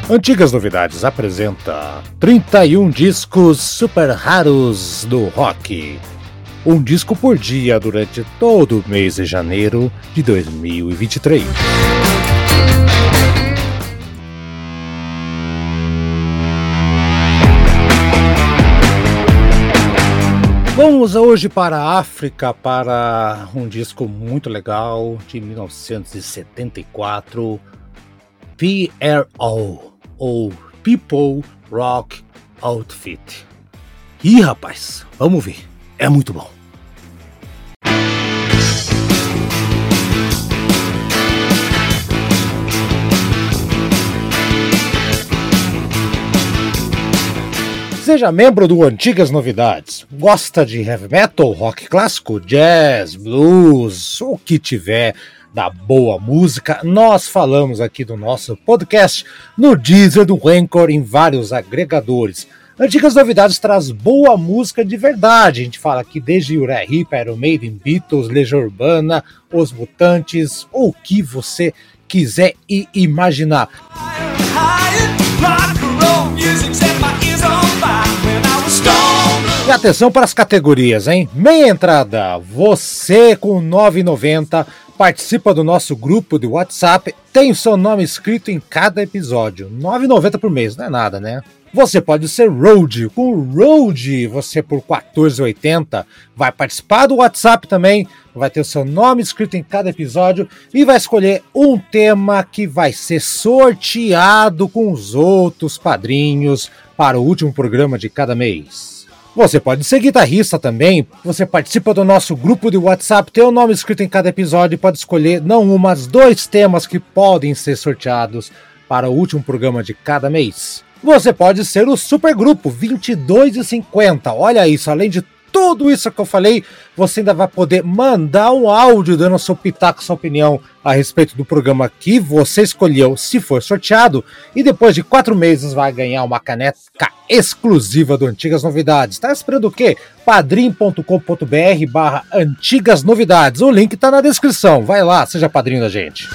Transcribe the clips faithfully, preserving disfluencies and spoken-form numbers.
Antigas Novidades apresenta trinta e um discos super raros do rock. Um disco por dia durante todo o mês de janeiro de dois mil e vinte e três. Vamos hoje para a África, para um disco muito legal de mil novecentos e setenta e quatro, P R O, ou People Rock Outfit. Ih, rapaz, vamos ver, é muito bom. Seja membro do Antigas Novidades. Gosta de heavy metal, rock clássico, jazz, blues, o que tiver da boa música, nós falamos aqui do nosso podcast no Deezer, do Anchor, em vários agregadores. Antigas Novidades traz boa música de verdade. A gente fala aqui desde Uriah Heep, Iron Maiden, Beatles, Legião Urbana, Os Mutantes, o que você quiser e imaginar. E atenção para as categorias, hein? Meia entrada, você com nove reais e noventa centavos participa do nosso grupo de WhatsApp, tem o seu nome escrito em cada episódio. nove reais e noventa centavos por mês, não é nada, né? Você pode ser Road, com o Road você por quatorze reais e oitenta centavos vai participar do WhatsApp também, vai ter o seu nome escrito em cada episódio e vai escolher um tema que vai ser sorteado com os outros padrinhos para o último programa de cada mês. Você pode ser guitarrista também, você participa do nosso grupo de WhatsApp, tem o nome escrito em cada episódio e pode escolher não um, mas dois temas que podem ser sorteados para o último programa de cada mês. Você pode ser o supergrupo vinte e dois e cinquenta, olha isso, além de tudo isso que eu falei, você ainda vai poder mandar um áudio dando seu pitaco, sua opinião a respeito do programa que você escolheu, se for sorteado, e depois de quatro meses vai ganhar uma caneca exclusiva do Antigas Novidades. Tá esperando o quê? padrim.com.br barra Antigas Novidades. O link tá na descrição. Vai lá, seja padrinho da gente.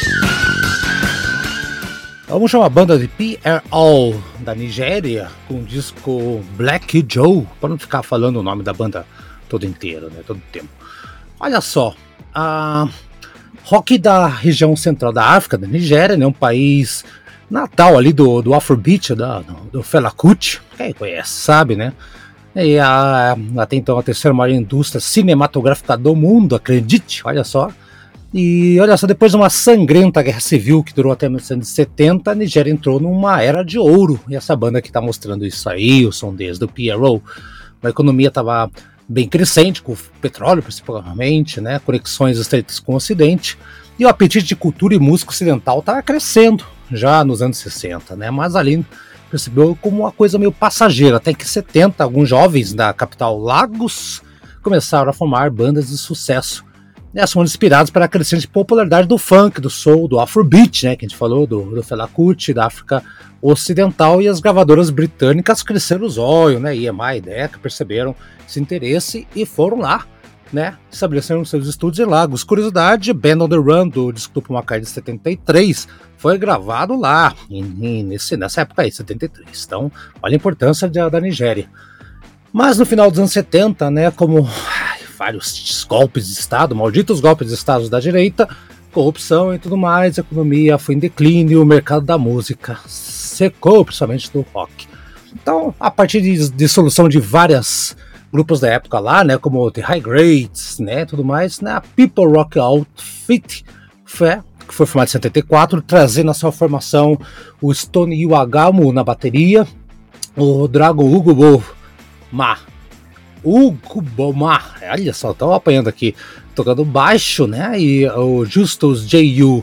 Vamos chamar a banda de P R O da Nigéria com o disco Black Joe, para não ficar falando o nome da banda todo inteiro, né, todo tempo. Olha só, a rock da região central da África, da Nigéria, né, um país natal ali do, do Afrobeat, da, do, do Fela Kuti, quem conhece sabe, né? E a, até então a terceira maior indústria cinematográfica do mundo, acredite, olha só. E olha só, depois de uma sangrenta guerra civil que durou até mil novecentos e setenta, a Nigéria entrou numa era de ouro. E essa banda que está mostrando isso aí, o som deles do P R O, a economia estava bem crescente, com petróleo principalmente, né, conexões estreitas com o Ocidente. E o apetite de cultura e música ocidental estava crescendo já nos anos sessenta, né, mas ali percebeu como uma coisa meio passageira. Até que em setenta, alguns jovens da capital Lagos começaram a formar bandas de sucesso. Né, são inspirados pela crescente popularidade do funk, do soul, do afrobeat, né, que a gente falou, do, do Fela Kuti, da África Ocidental, e as gravadoras britânicas cresceram os olhos, né, E M I, Decca, perceberam esse interesse e foram lá, né, estabeleceram seus estúdios em Lagos. Curiosidade, Band on the Run, do disco do Paul McCartney de setenta e três, foi gravado lá, em, em, nesse, nessa época aí, setenta e três. Então, olha a importância da, da Nigéria. Mas no final dos anos setenta, né, como vários golpes de Estado, malditos golpes de Estado da direita, corrupção e tudo mais, a economia foi em declínio, o mercado da música secou, principalmente do rock. Então, a partir de dissolução de vários grupos da época lá, né, como The High Grades, né, tudo mais, né, a People Rock Outfit foi, que foi formada em setenta e quatro, trazendo na sua formação o Stone Iwagamu na bateria, o Dragon Hugo Ma Hugo Bomar, olha só, estão apanhando aqui, tocando baixo, né? E o Justus J U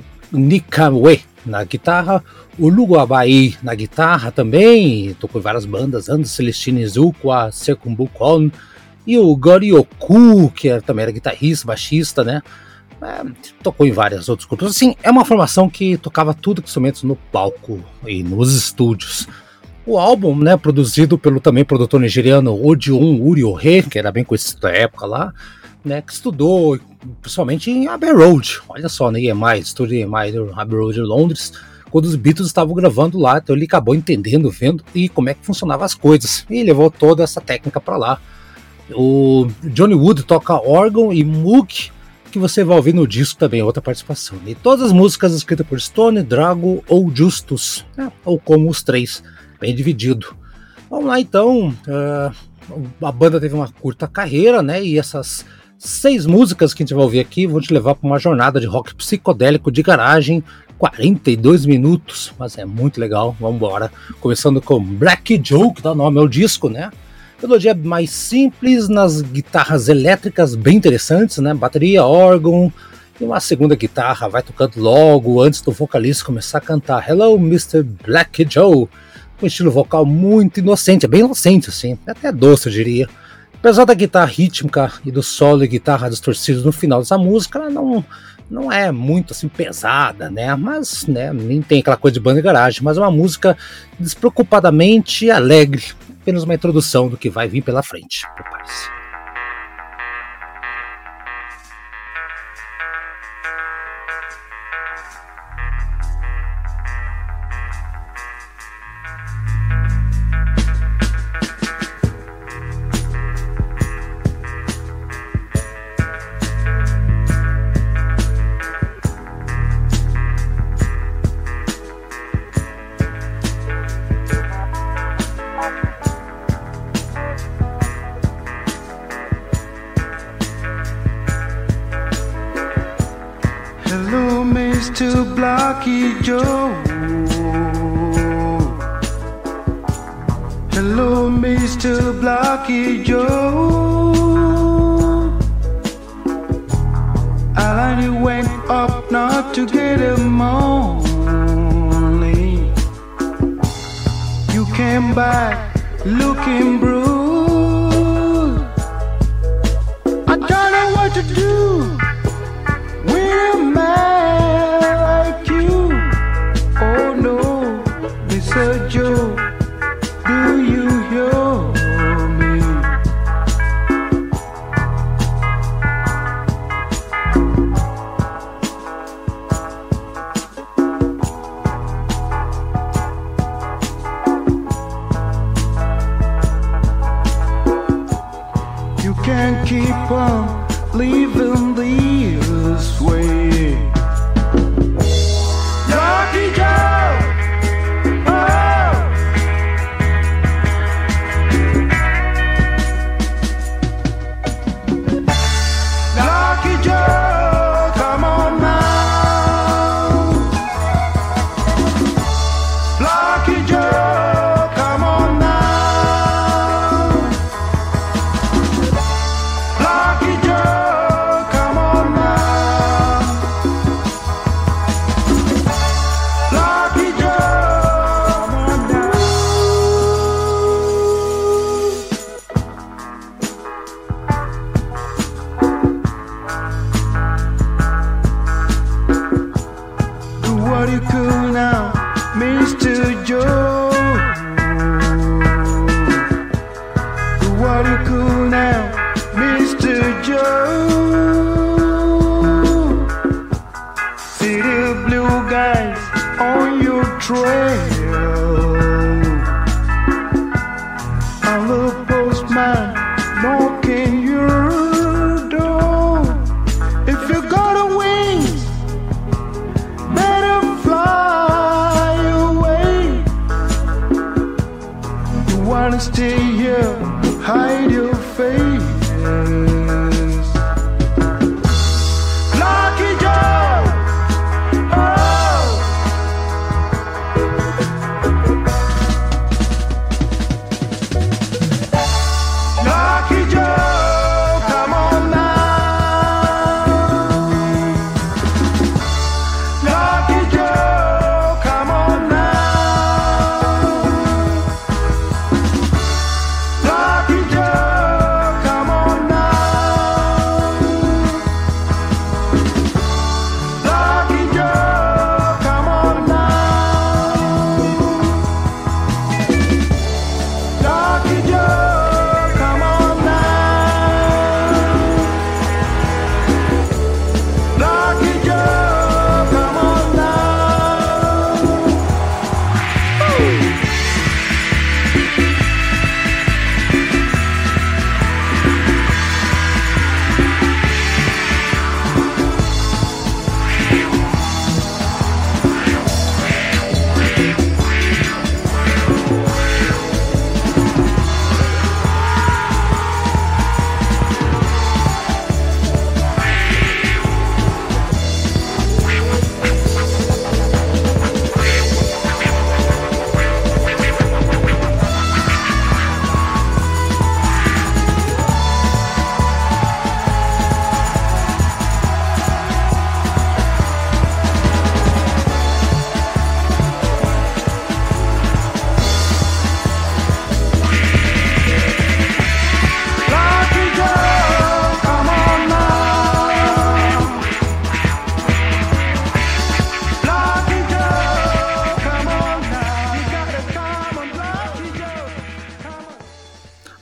Nikawe na guitarra, o Luguabai na guitarra também, tocou em várias bandas, Ando Celestine Zukwa, Sekumbukon, e o Goryoku, que era, também era guitarrista, baixista, né? É, tocou em vários outros grupos. Assim, é uma formação que tocava tudo com instrumentos no palco e nos estúdios. O álbum, né, produzido pelo também produtor nigeriano Odion Uriohe, que era bem conhecido da época lá, né, que estudou principalmente em Abbey Road, olha só, né, E M I, estúdio E M I do Abbey Road de Londres, quando os Beatles estavam gravando lá, então ele acabou entendendo, vendo e como é que funcionavam as coisas, e levou toda essa técnica para lá. O Johnny Wood toca órgão e Moog, que você vai ouvir no disco também, outra participação. E todas as músicas escritas por Stone, Drago ou Justus, né? Ou como os três, bem dividido. Vamos lá então, uh, a banda teve uma curta carreira, né? E essas seis músicas que a gente vai ouvir aqui vão te levar para uma jornada de rock psicodélico de garagem, quarenta e dois minutos, mas é muito legal, vamos embora. Começando com Black Joe, que dá nome ao disco, né? Melodia mais simples, nas guitarras elétricas bem interessantes, né? Bateria, órgão e uma segunda guitarra vai tocando logo antes do vocalista começar a cantar Hello, mister Black Joe, com estilo vocal muito inocente, é bem inocente assim, até doce eu diria. Apesar da guitarra rítmica e do solo e guitarra distorcidos no final dessa música, ela não, não é muito assim pesada, né? Mas né, nem tem aquela coisa de banda de garagem, mas é uma música despreocupadamente alegre. Apenas uma introdução do que vai vir pela frente. Prepare-se. To Blocky Joe. Hello, mister Blocky Joe. I only went up not to get a morning. You came back looking bruised. I don't know what to do with a man. Mister Joe, do you hear me? You can't keep on living this way. Lucky Joe!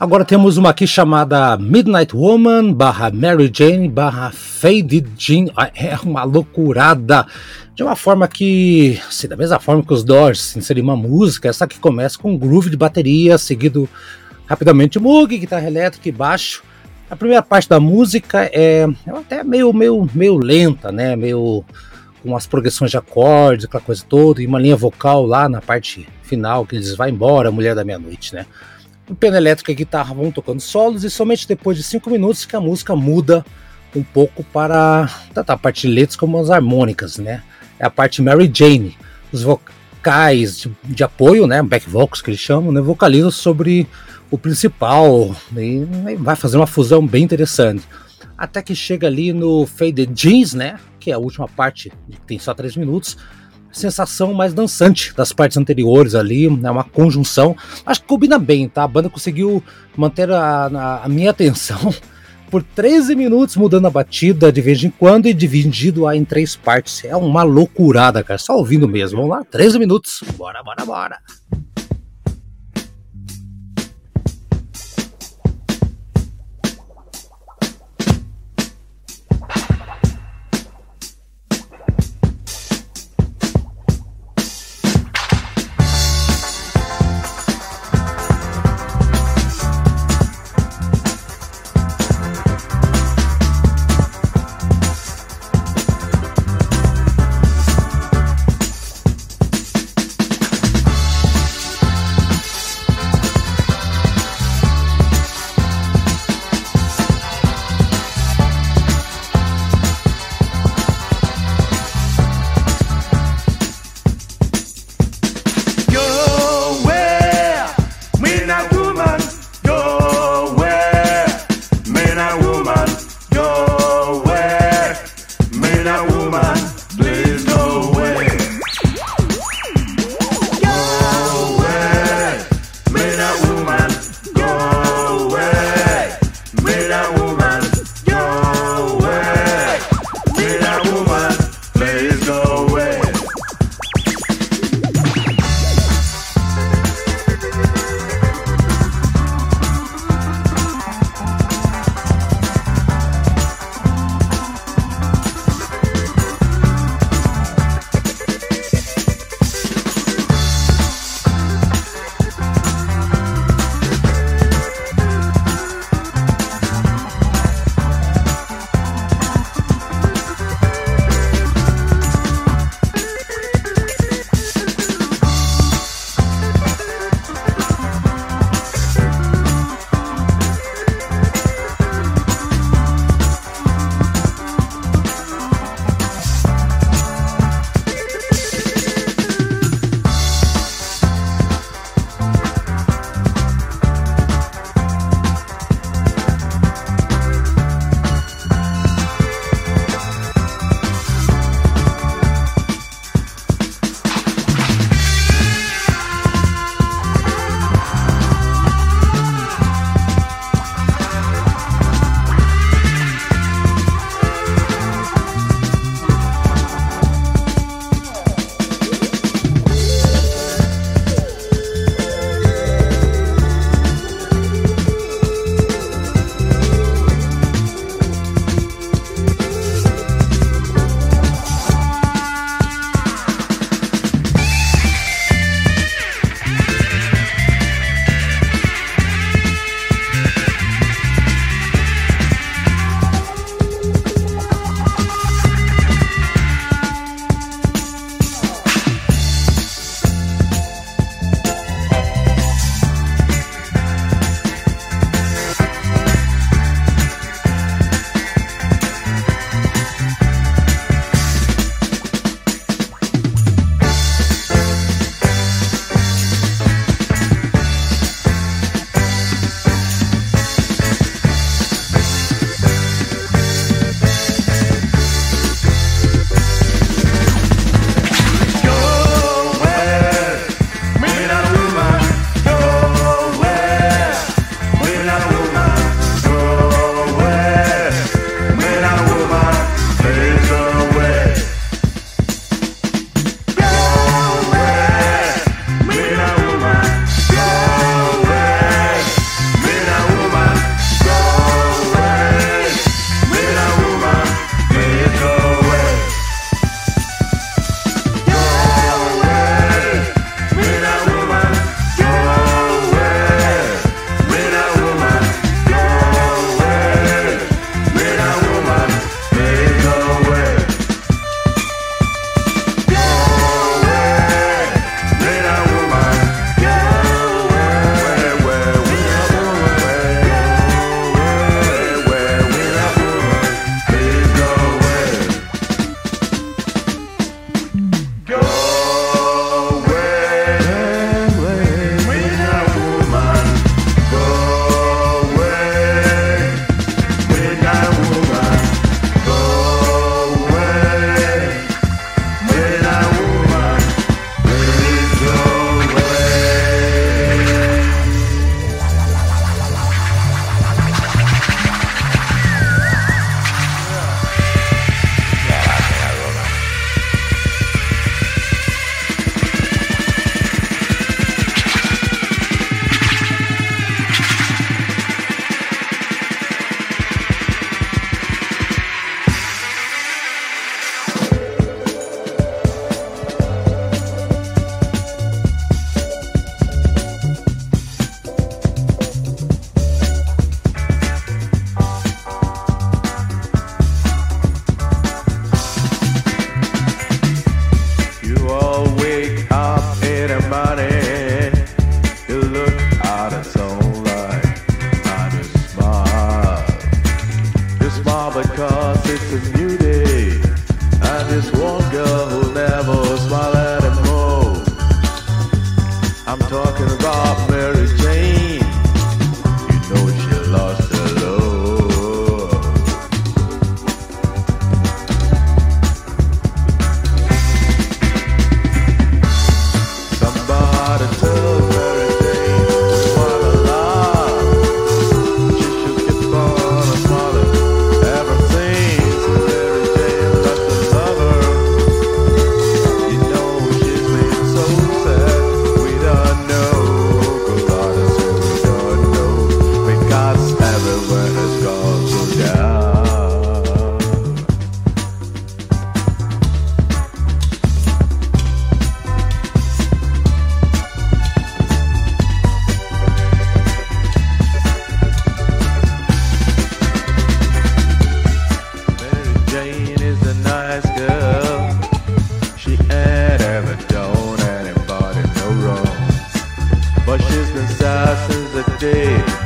Agora temos uma aqui chamada Midnight Woman barra Mary Jane barra Faded Jean. É uma loucurada. De uma forma que, assim, da mesma forma que os Doors inseriram uma música, essa aqui começa com um groove de bateria, seguido rapidamente de Moog, guitarra elétrica e baixo. A primeira parte da música é, é até meio, meio, meio lenta, né? Meio com as progressões de acordes, aquela coisa toda, e uma linha vocal lá na parte final, que eles vai embora, Mulher da Meia-Noite, né? O piano elétrico e a guitarra vão tocando solos, e somente depois de cinco minutos que a música muda um pouco para tanto a parte de letras como as harmônicas, né? É a parte Mary Jane. Os vocais de, de apoio, né? Back vocals que eles chamam, né? Vocalizam sobre o principal, e, e vai fazer uma fusão bem interessante. Até que chega ali no Faded Jeans, né? Que é a última parte, que tem só três minutos. Sensação mais dançante das partes anteriores ali, né, uma conjunção. Acho que combina bem, tá? A banda conseguiu manter a, a, a minha atenção por treze minutos, mudando a batida de vez em quando e dividido em três partes. É uma loucurada, cara, só ouvindo mesmo. Vamos lá, treze minutos, bora, bora, bora.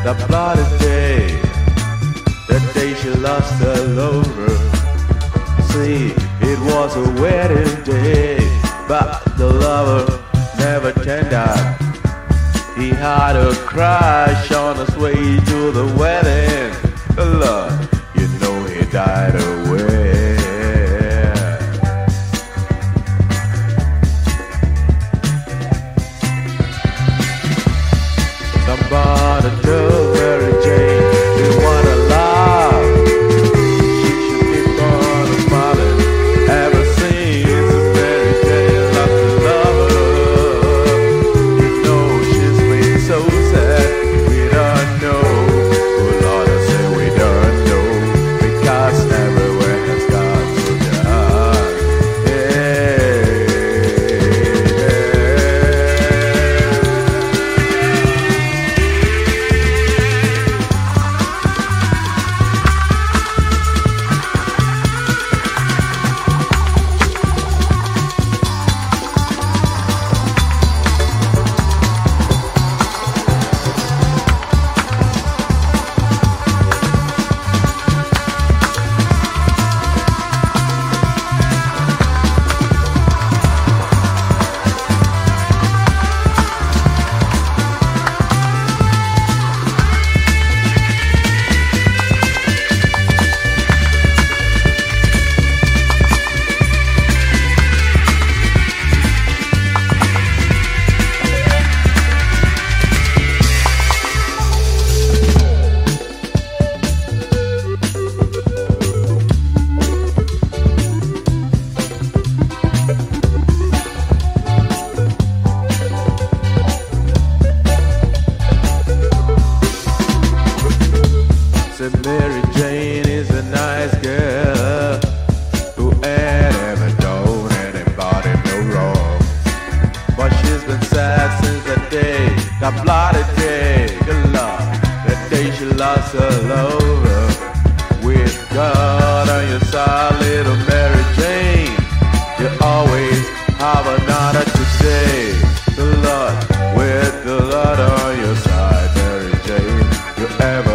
the bloody day, the day she lost her lover. See, it was a wedding day, but the lover never turned up. He had a crash on his way to the wedding. Lord, you know he died away. Somebody tell Mary Jane you wanna laugh. She should keep on smiling ever since Mary Jane lost her lover. You know she's been so sad. We don't know. Oh Lord, I say we don't know, because everywhere has got so dark. Yeah. Said Mary Jane is a nice girl who ain't ever done anybody no wrong, but she's been sad since the day, that bloody day, good Lord, the day she lost her lover. With God on your side, little Mary Jane, you always have another to say. The Lord, with the Lord on your side, Mary Jane, you ever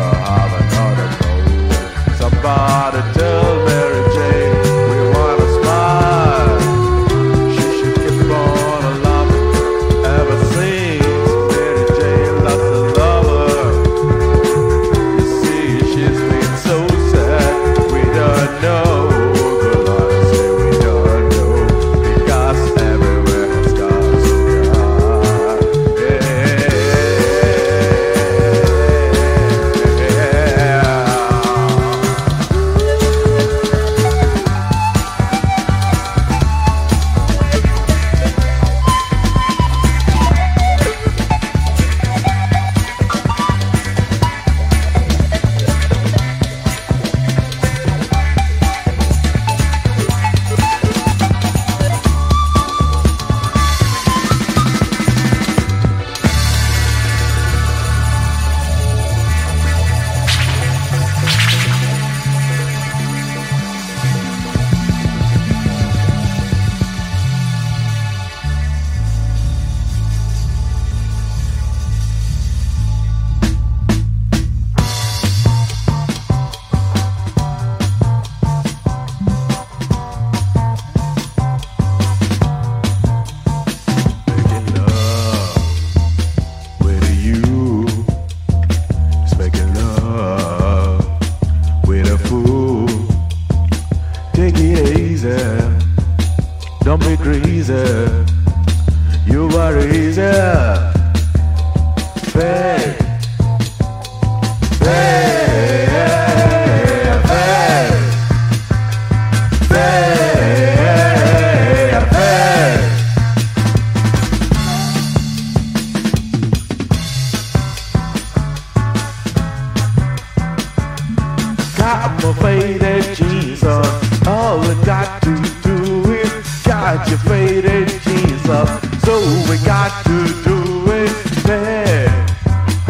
somebody tell Mary Jane we wanna smile. She should keep on laughing ever since Mary Jane lost her lover. You see, she's been so sad. We don't know. Good Lord, I say we don't know, because everywhere has got so dark. Yeah. Take it easy, don't be crazy. You are easy. Faith, faith, faith, faith, faith. Got my faded jeans on. All we got to do is got your faded jeans up. So we got to do it bad.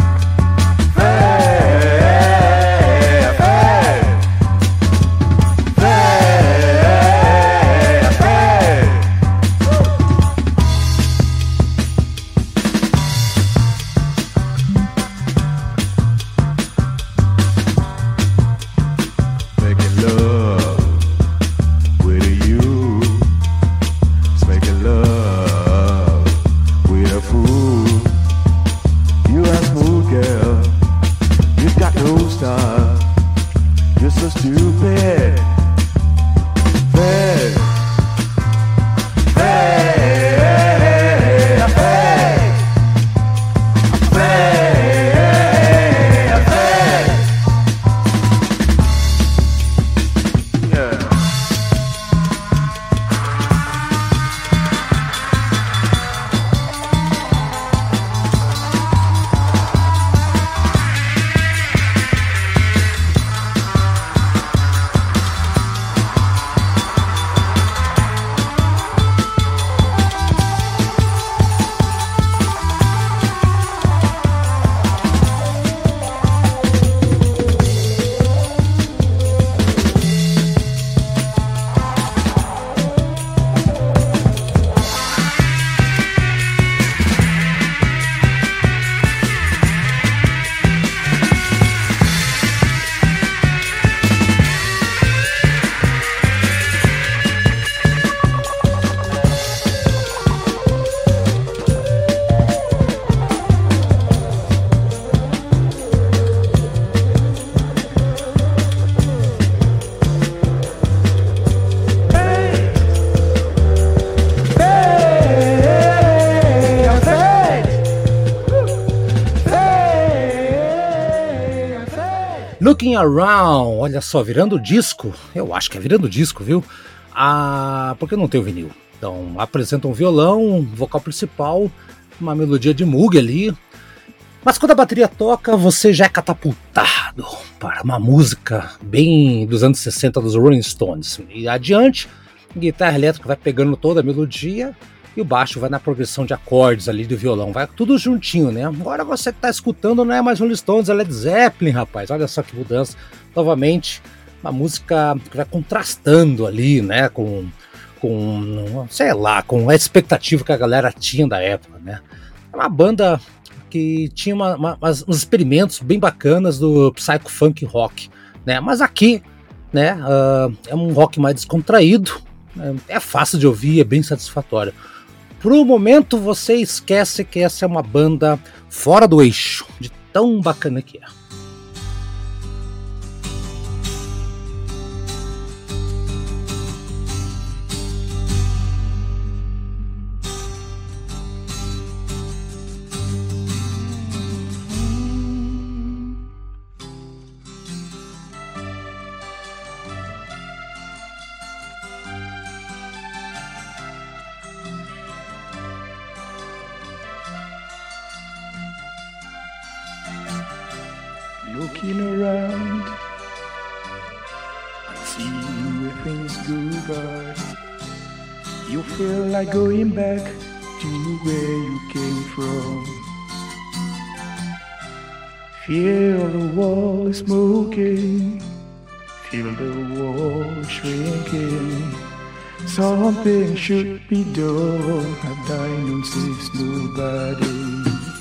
Looking Around, olha só, virando disco, eu acho que é virando disco, viu? Ah, porque não tem o vinil. Então, apresenta um violão, um vocal principal, uma melodia de Moog ali. Mas quando a bateria toca, você já é catapultado para uma música bem dos anos sessenta dos Rolling Stones. E adiante, a guitarra elétrica vai pegando toda a melodia e o baixo vai na progressão de acordes ali do violão. Vai tudo juntinho, né? Agora você que está escutando não é mais Rolling Stones, é Led Zeppelin, rapaz. Olha só que mudança. Novamente, uma música que vai contrastando ali, né? Com, com sei lá, com a expectativa que a galera tinha da época, né? É uma banda que tinha uma, uma, uns experimentos bem bacanas do psycho funk rock, né? Mas aqui, né, uh, é um rock mais descontraído, né? É fácil de ouvir, é bem satisfatório. Pro momento você esquece que essa é uma banda fora do eixo, de tão bacana que é. Looking around, I see where things go by. You feel like going back to where you came from. Feel the wall smoking, feel the wall shrinking. Something should be done, I don't see nobody.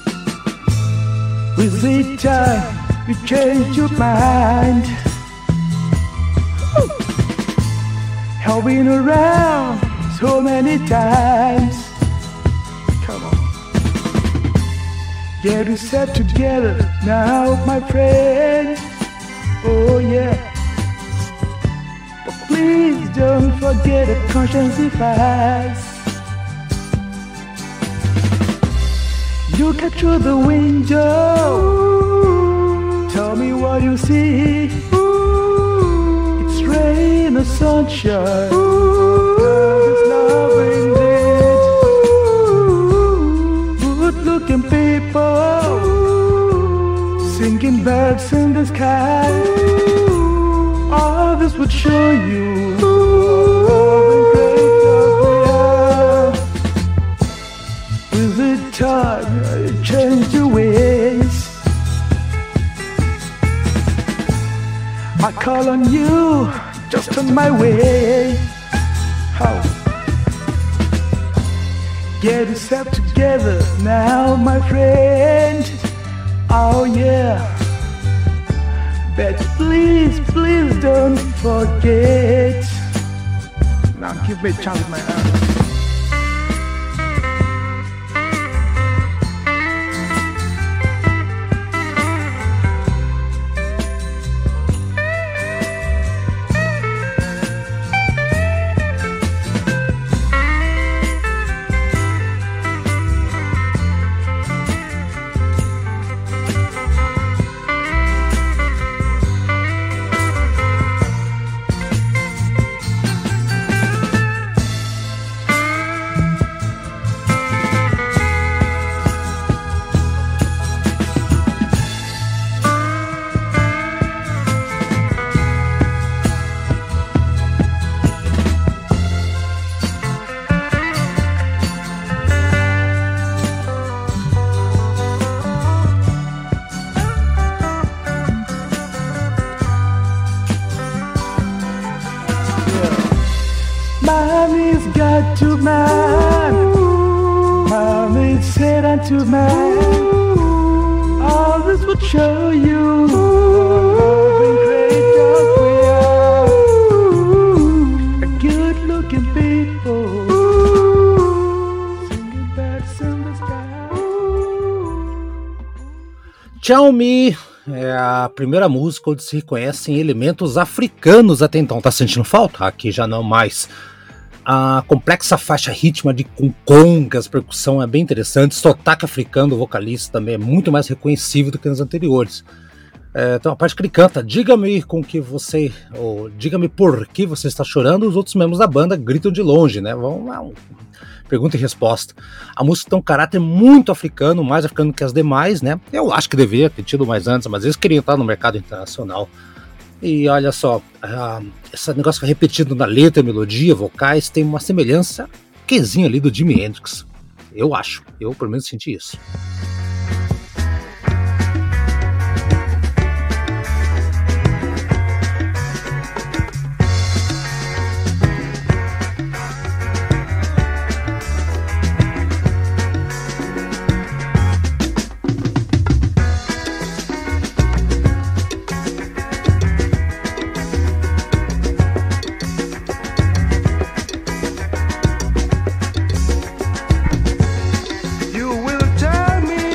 With the time you change your mind, have been around so many times. Come on, get yourself together now, my friend. Oh yeah, but please don't forget a conscience device. Look out through the window. Tell me what you see. Ooh, it's rain or sunshine. There's nothing there. Good-looking people singing birds in the sky. All this would show you how great we are. With the time, you change your ways. I call on you, just on my way. How? Get yourself together now, my friend. Oh yeah. But please, please don't forget. Now give me a chance with my arm. Mommy's got to man. Mommy said unto man, all this would show you how great God we are. A good looking people singing birds in the sky. Tell Me é a primeira música onde se reconhecem elementos africanos até então. Tá sentindo falta? Aqui já não mais. A complexa faixa rítmica de com congas, percussão é bem interessante. Sotaque africano do vocalista também é muito mais reconhecível do que nos anteriores. É, tem uma parte que ele canta, diga-me com que você, ou diga-me por que você está chorando, os outros membros da banda gritam de longe, né? Vamos lá, um, pergunta e resposta. A música tem um caráter muito africano, mais africano que as demais, né? Eu acho que deveria ter tido mais antes, mas eles queriam estar no mercado internacional. E olha só, uh, esse negócio foi repetido na letra, melodia, vocais, tem uma semelhança, quezinho ali do Jimi Hendrix. Eu acho, eu pelo menos senti isso. You will tell me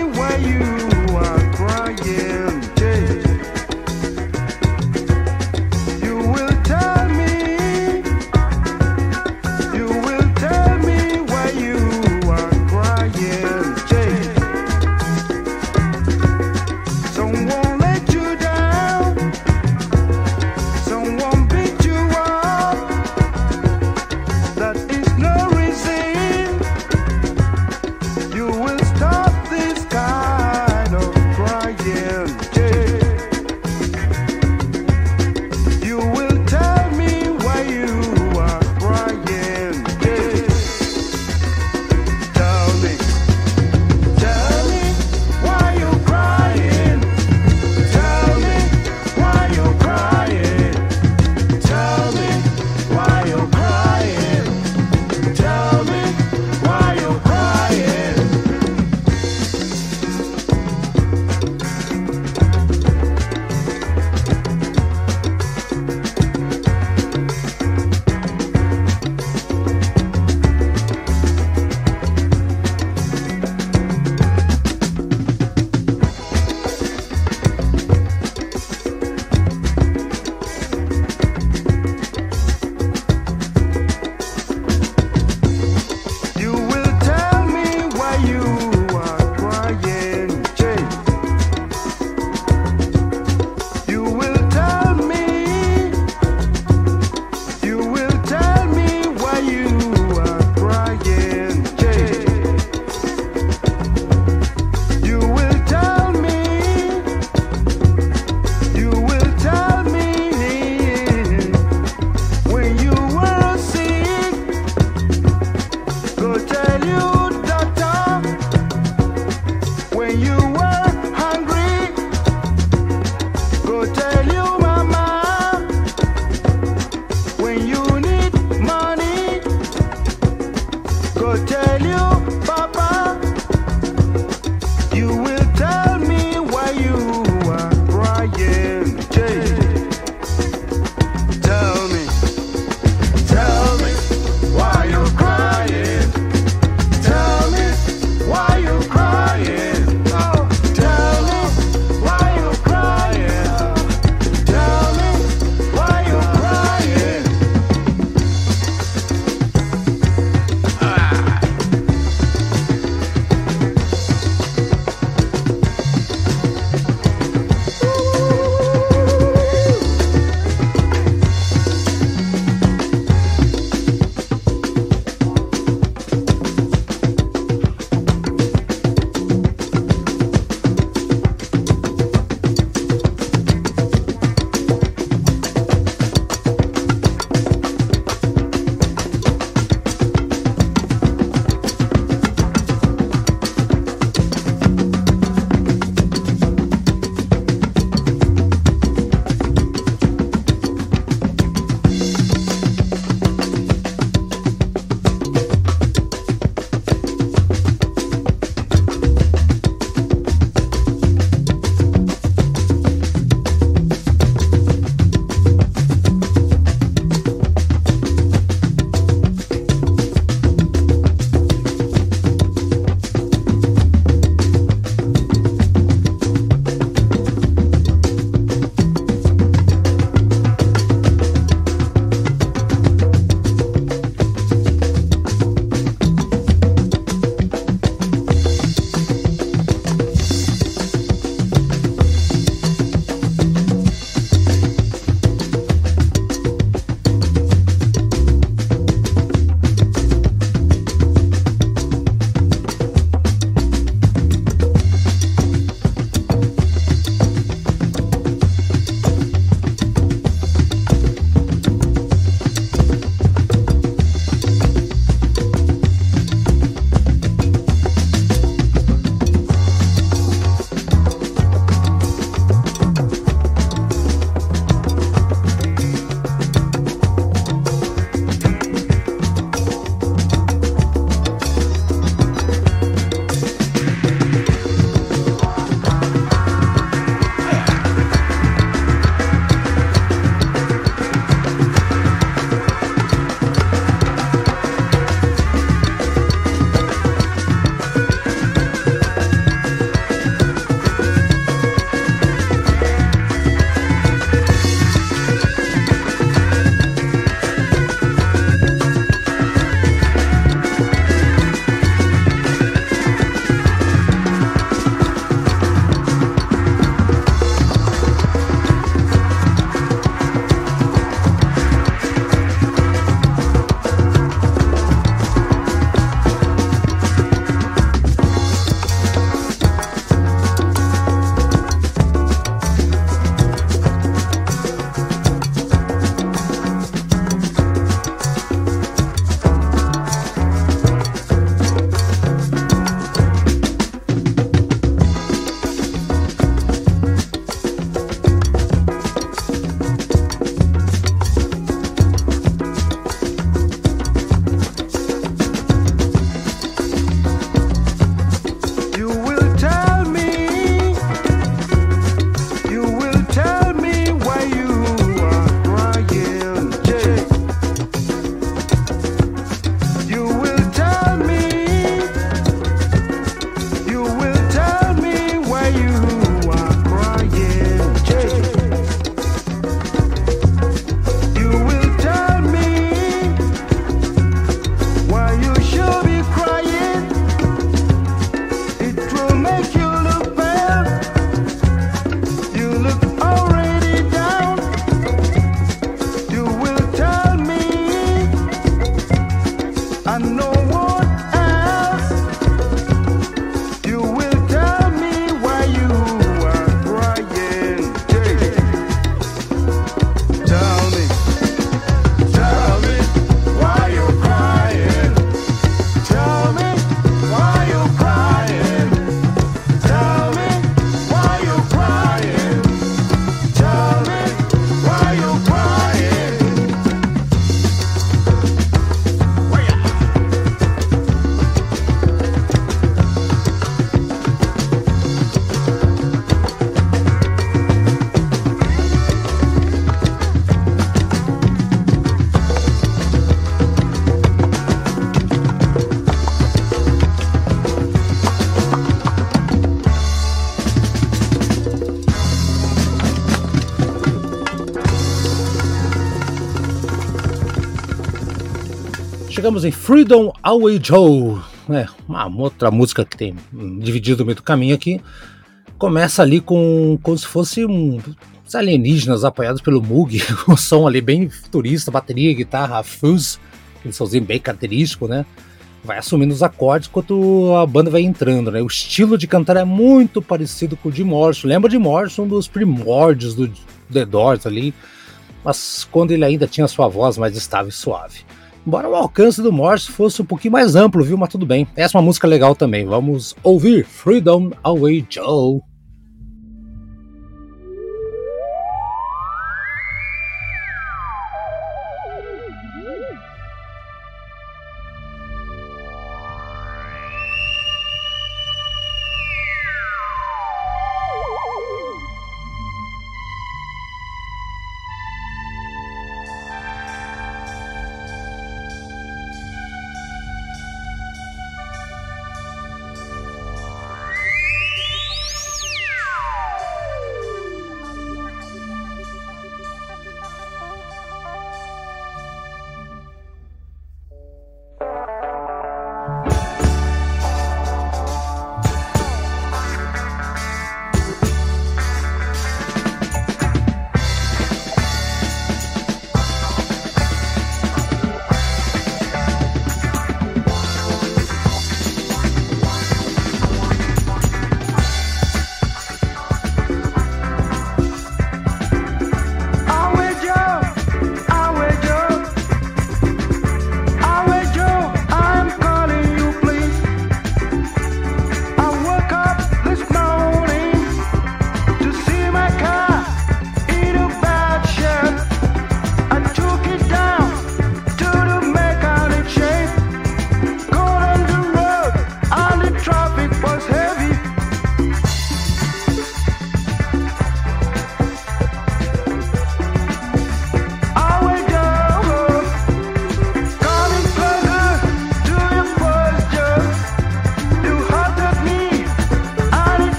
chegamos em Freedom Away Joe, é, uma outra música que tem dividido no meio do caminho aqui. Começa ali com como se fosse um, uns alienígenas apoiados pelo Moog, o som ali bem futurista, bateria, guitarra, fuzz, aquele somzinho bem característico, né? Vai assumindo os acordes enquanto a banda vai entrando, né? O estilo de cantar é muito parecido com o de Morrison. Lembra de Morrison, um dos primórdios do The Doors ali, mas quando ele ainda tinha sua voz mais estável e suave. Embora o alcance do Morrison fosse um pouquinho mais amplo, viu? Mas tudo bem. Essa é uma música legal também. Vamos ouvir Freedom Away Joe.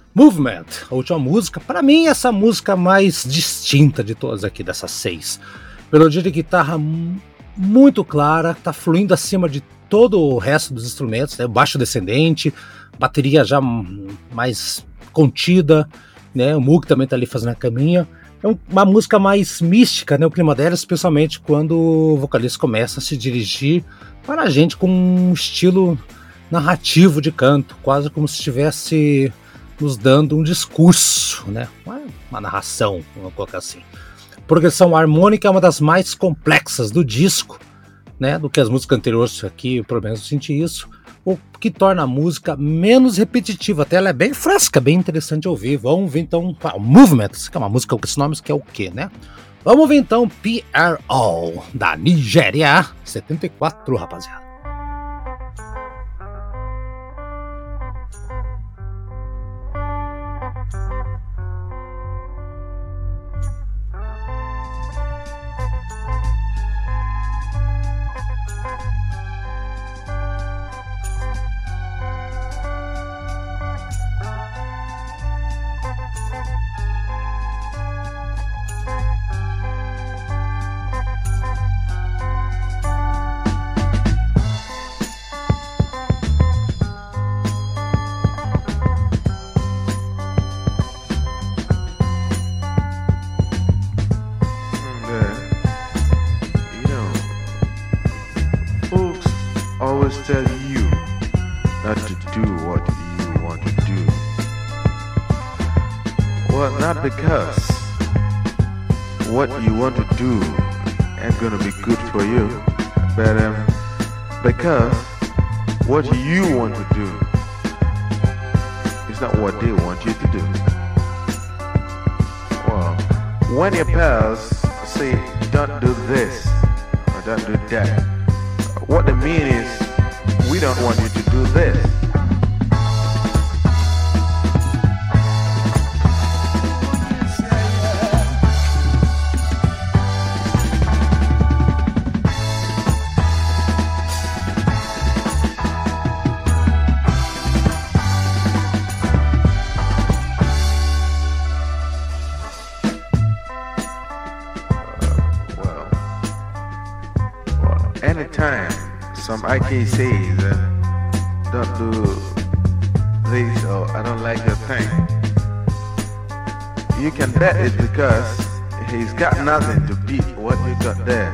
Movement, a última música. Para mim, essa música mais distinta de todas aqui, dessas seis. Melodia de guitarra muito clara, tá fluindo acima de todo o resto dos instrumentos, né? Baixo descendente, bateria já mais contida, né? O Moog também tá ali fazendo a caminha. É uma música mais mística, né? O clima dela, especialmente quando o vocalista começa a se dirigir para a gente com um estilo narrativo de canto, quase como se estivesse nos dando um discurso, né? Uma, uma narração, vamos colocar assim. A progressão harmônica é uma das mais complexas do disco, né? Do que as músicas anteriores aqui, pelo menos eu senti isso, o que torna a música menos repetitiva. Até ela é bem fresca, bem interessante de ouvir. Vamos ver então o Movement, que é uma música com esse nome, que é o quê, né? Vamos ver então P R O, da Nigéria, setenta e quatro, rapaziada. Tell you not to do what you want to do. Well, not because what you want to do ain't gonna be good for you, but um, because what you want to do is not what they want you to do. Well, when your pals say don't do this or don't do that, what they mean is, we don't want you to do this. Uh, well, well, anytime some I K says uh, don't do this or I don't like your thing, you can bet it's because he's got nothing to beat what you got there.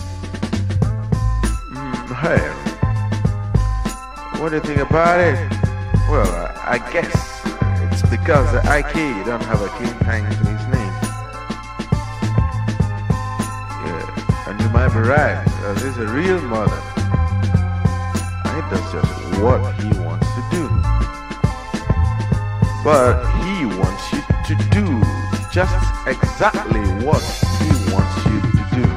Mm, hey, what do you think about it? Well, I, I guess it's because the I K don't have a clean thing to his name. Yeah, and you might be right, because he's a real mother. That's just what he wants to do. But he wants you to do just exactly what he wants you to do.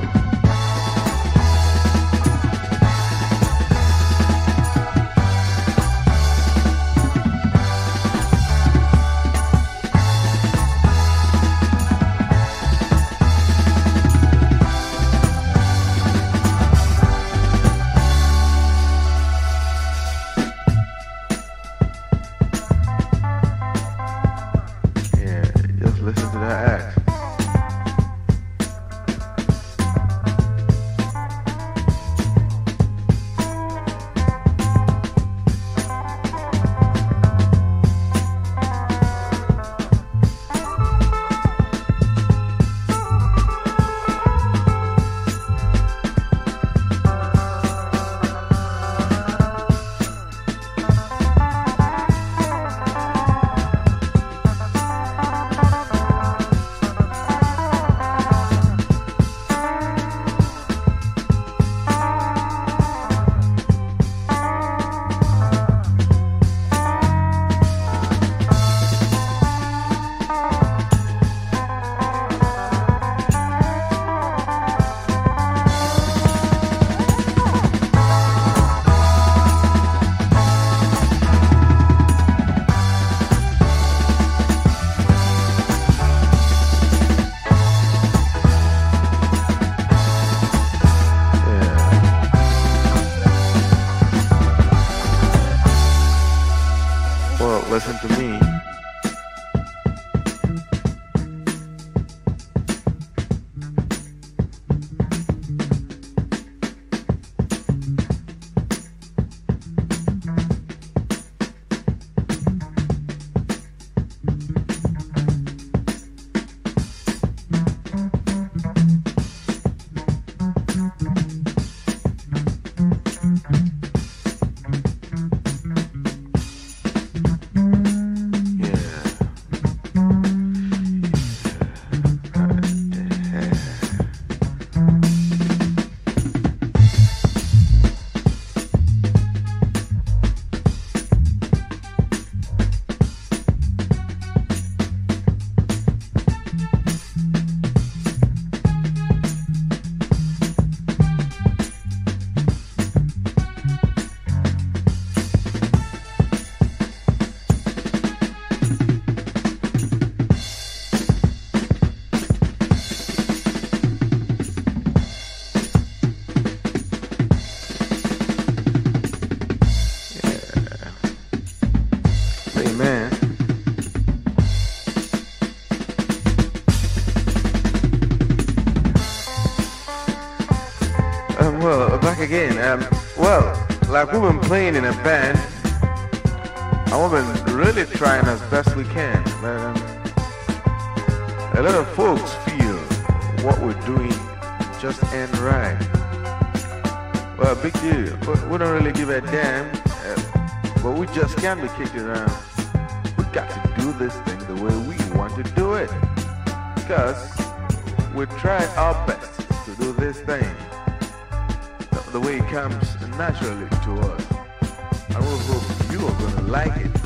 again. Um, well, like we've been playing in a band, and we've been really trying as best we can. But um, a lot of folks feel what we're doing just ain't right. Well, big deal. We don't really give a damn, uh, but we just can't be kicked around. We got to do this thing the way we want to do it, because we tried our best to do this thing the way it comes naturally to us. And we hope you are going to like it.